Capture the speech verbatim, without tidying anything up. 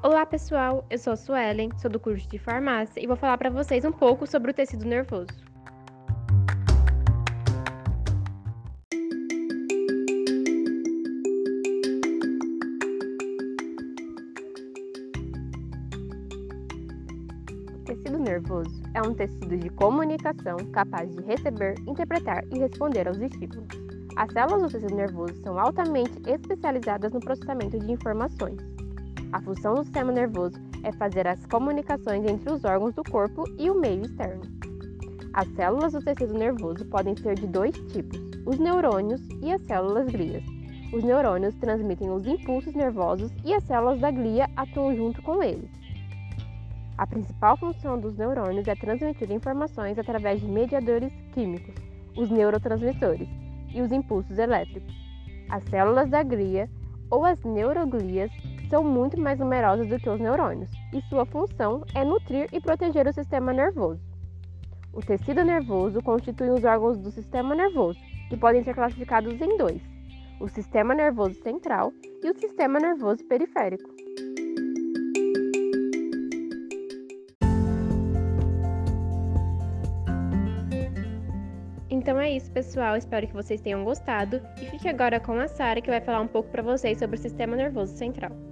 Olá pessoal, eu sou a Suelen, sou do curso de farmácia e vou falar para vocês um pouco sobre o tecido nervoso. O tecido nervoso é um tecido de comunicação capaz de receber, interpretar e responder aos estímulos. As células do tecido nervoso são altamente especializadas no processamento de informações. A função do sistema nervoso é fazer as comunicações entre os órgãos do corpo e o meio externo. As células do tecido nervoso podem ser de dois tipos, os neurônios e as células glias. Os neurônios transmitem os impulsos nervosos e as células da glia atuam junto com eles. A principal função dos neurônios é transmitir informações através de mediadores químicos, os neurotransmissores, e os impulsos elétricos. As células da glia, ou as neuroglias, são muito mais numerosas do que os neurônios, e sua função é nutrir e proteger o sistema nervoso. O tecido nervoso constitui os órgãos do sistema nervoso, que podem ser classificados em dois, o sistema nervoso central e o sistema nervoso periférico. Então é isso, pessoal. Espero que vocês tenham gostado. E fique agora com a Sara, que vai falar um pouco para vocês sobre o sistema nervoso central.